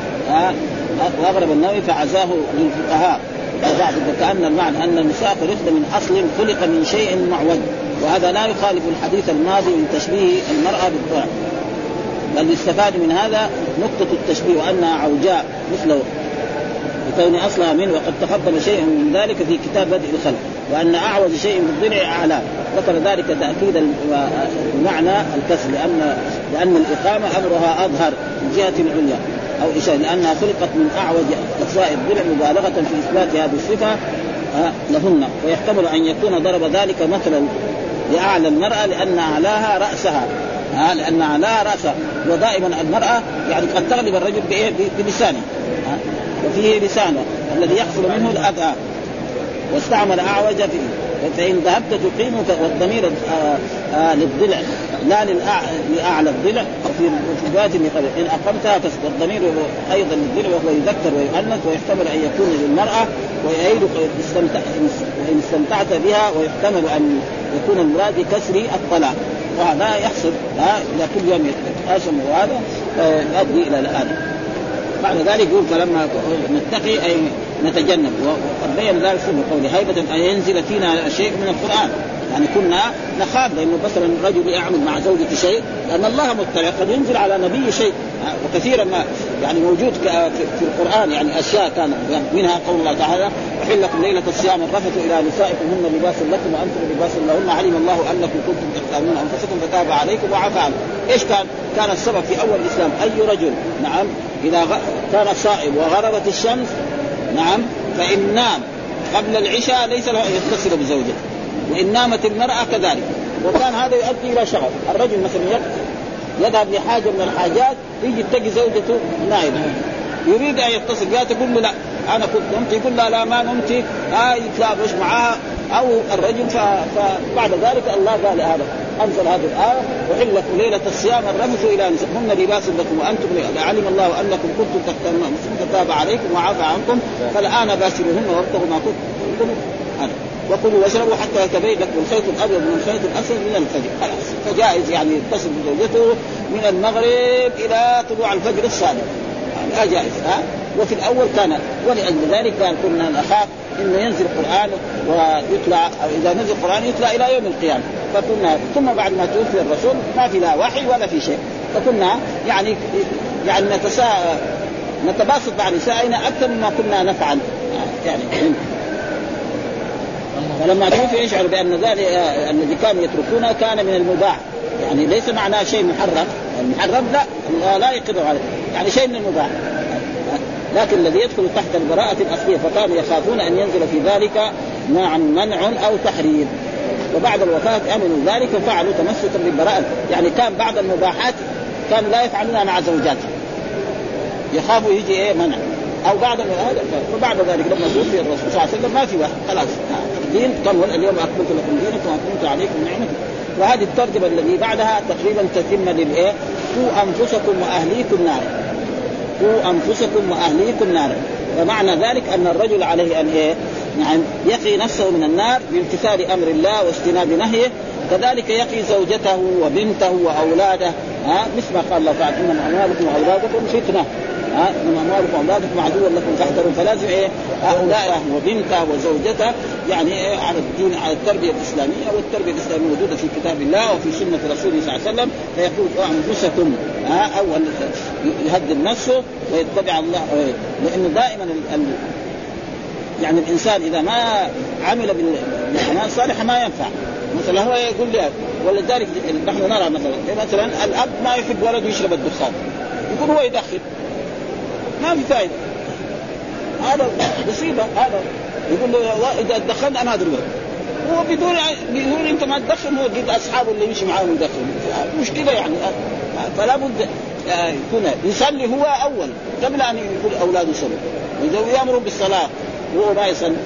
وأغرب النووي فعزاه للفقهاء بعض. وكأن المعنى أن النساء خلقت من أصل خلق من شيء معوج، وهذا لا يخالف الحديث الماضي من تشبيه المرأة بالضلع، بل استفاد من هذا نقطة التشبيه وأنها عوجاء مثله بكون أصلها منه، وقد تقدم شيء من ذلك في كتاب بدء الخلق، وأن أعوج شيء بالضلع أعلى. ذكر ذلك تأكيدا بمعنى الكسر لأن الإقامة أمرها أظهر من جهة العليا أو إشارة، لأنها خلقت من أعوج أقصاء الضلع مبالغة في إثبات هذه الصفة لهن. ويحتمل أن يكون ضرب ذلك مثلا لأعلى المرأة لأن أعلاها رأسها، لأن أعلاها رأسها. ودائما المرأة يعني قد تغلب الرجل بلسانه، وفيه لسانه الذي يحصل منه الأذى، واستعمل أعوج فيه. فإن ذهبت تقيمه والضمير للضلع لا لأعلى الضلع، وفي رواية إن أقمتها والضمير أيضا للضلع وهو يذكر ويؤنث، ويحتمل أن يكون للمرأة ويعيد إن استمتعت بها، ويحتمل أن يكون المراد بكسر الطلاق، وهذا يحصل إلى كل يوم يتقاسم، وهذا يؤدي إلى الآن. بعد ذلك يقول فلما نتقي أي نتجنب، وقد بين ذلك في قوله هيبة أن ينزل فينا شيء من القرآن، يعني كنا نخاف لأنه مثلا الرجل يعمل مع زوجته شيء لأن الله مطلع قد ينزل على نبي شيء. وكثيرا ما يعني موجود في القرآن يعني أشياء كان منها قول الله تعالى أحل لكم ليلة الصيام الرفث إلى نسائكم هن لباس لكم وأنتم لباس لهن علم الله أنكم كنتم تختارون أنفسكم فتاب عليكم وعفى عنكم. إيش كان السبب في أول الإسلام؟ أي رجل نعم إذا كان صائم وغربت الشمس نعم فإن نام قبل العشاء ليس له أن يتصل بزوجته، وإن نامت المرأة كذلك. وكان هذا يؤدي إلى شغب. الرجل مثلا يذهب لحاجة من الحاجات يجي يتقي زوجته نائمة يريد أن يتصل بها تقول له لا أنا كنت نمت، يقول لا ما نمت يتلابش معها أو الرجل. فبعد ذلك الله قال هذا أنزل هذه الآية وحل لكم ليلة الصيام الرفث إلى نسائكم هن لباس لكم وأنتم علم الله أنكم كنتم تختارون فتاب عليكم وعفى عنكم فالآن باشروهن وابتغوا ما كنتم. وكلوا واشربوا حتى يتبين لكم الخيط الابيض من الخيط الاسود من الفجر، خلاص. فجائز يعني يتصل بزوجته من المغرب الى طلوع الفجر الصادق، لا جائز. وفي الاول كان، ولأجل ذلك كنا نخاف انه ينزل القرآن ويطلع، أو اذا نزل القرآن يطلع الى يوم القيامه. فكنا ثم بعد ما توفي الرسول ما في لا وحي ولا في شيء، فكنا يعني نتباسط مع نسائنا اكثر مما كنا نفعل يعني. فلما توفي يشعر بان ذلك الذي كانوا يتركونه كان من المباح، يعني ليس معناه شيء محرم. المحرم لا يقر عليه، يعني شيء من المباح، لكن الذي يدخل تحت البراءة الأصلية، فكانوا يخافون أن ينزل في ذلك منع أو تحريم. وبعد الوفاة أمنوا ذلك وفعلوا تمسكا بالبراءة، يعني كان بعض المباحات كانوا لا يفعلونها مع زوجاتهم، يخافوا يجي منع أو بعض هذا. وبعد ذلك لما توفي الرسول صلى الله عليه وسلم ما في واحد، خلاص الدين كمل، اليوم أكملت لكم دينكم وأتممت عليكم نعمتي. وهذه الترجمة الذي بعدها تقريبا تتم للإيه؟ قوا أنفسكم وأهليكم نارا، قوا أنفسكم وأهليكم نارا. ومعنى ذلك أن الرجل عليه أن يعني يقي نفسه من النار بامتثال أمر الله واجتناب نهيه، كذلك يقي زوجته وبنته وأولاده، مثل ما قال الله تعالى إنما أموالكم وأولادكم فتنة، إنما أموالكم وأولادكم عدوا لكم فاحذروا. فلازم هؤلاء وبنته وزوجته يعني على الدين، على التربية الإسلامية، والتربية الإسلامية موجودة في كتاب الله وفي سنة رسوله صلى الله عليه وسلم. فيقول أنفسكم، أول يهدد نفسه ويتبع الله، لأنه دائما يعني الإنسان إذا ما عمل بالأعمال الصالحة ما ينفع. مثلا هو يقول لي، ولذلك نحن نرى مثلا الأب ما يحب ولده يشرب الدخان، يقول هو يدخن، ما في فائدة، هذا مصيبة. هذا يقول له إذا دخلت أنا أضربك، هو بدون أنت ما تدخن، هو قد أصحابه اللي يمشي معاهم يدخن، مشكلة يعني. فلا بد يكون يصلي هو أول قبل أن يقول أولاده يصلوا، وإذا يأمروا بالصلاة وهو ما يصلي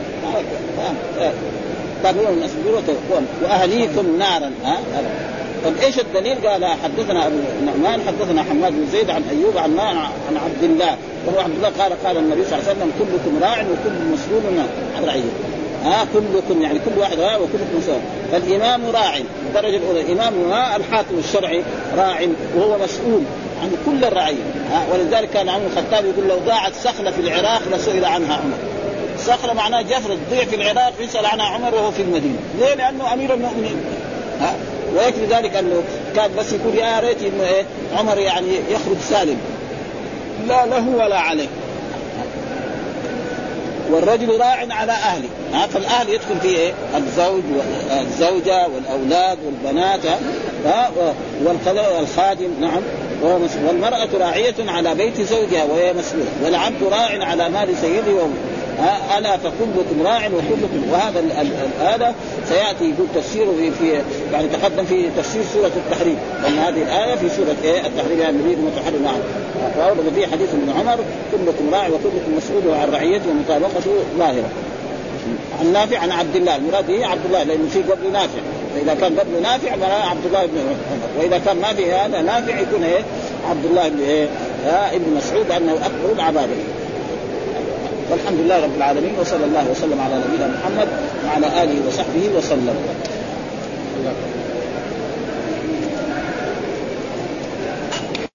تابعون أسبوعه وأهليكم نارا. طب إيش الدليل؟ قال حدثنا أبو النعمان حدثنا حماد بن زيد عن أيوب عن عبد الله، وهو عبد الله قال النبي صلى الله عليه وسلم كلكم راع وكل مسؤول عن رعيته. كلكم يعني كل واحد راع وكلكم مسؤول. فالإمام راع الدرجة الأولى، الإمام الحاكم الشرعي راع وهو مسؤول عن كل الرعية. ولذلك كان عمر الخطاب يقول لو ضاعت صخرة في العراق لسئل عنها عمر. صخرة معناها جفرة تضيع في العراق يسأل عنها عمر وهو في المدينة. ليه؟ لأنه أمير المؤمنين. ويكفي ذلك أنه كان بس يقول يا ريت إنه عمر يعني يخرج سالم، لا له ولا عليه. والرجل راع على أهله، فالأهل يدخل فيه الزوج والزوجة والأولاد والبنات والخادم، نعم. والمرأة راعية على بيت زوجها وهي مسؤولة، والعبد راع على مال سيده ألا فكلكم راع وكلكم. وهذا هذا سيأتي يقول تفسيره في يعني تقدم في تفسير سورة التحريم، لأن هذه الآية في سورة التحريم يعني يريد متحرم معه. وأورد فيه حديث ابن عمر كلكم راع وكلكم مسؤول عن رعيته ومطابقته ظاهرة. عن نافع عن عبد الله، المراد هي عبد الله لأنه في قبل نافع، فإذا كان قبل نافع فلا عبد الله بن عمر، وإذا كان ما في هذا نافع يكون عبد الله بن ابن مسعود أنه أكبر العبادة. والحمد لله رب العالمين، وصلى الله وسلم على نبينا محمد وعلى آله وصحبه وسلم.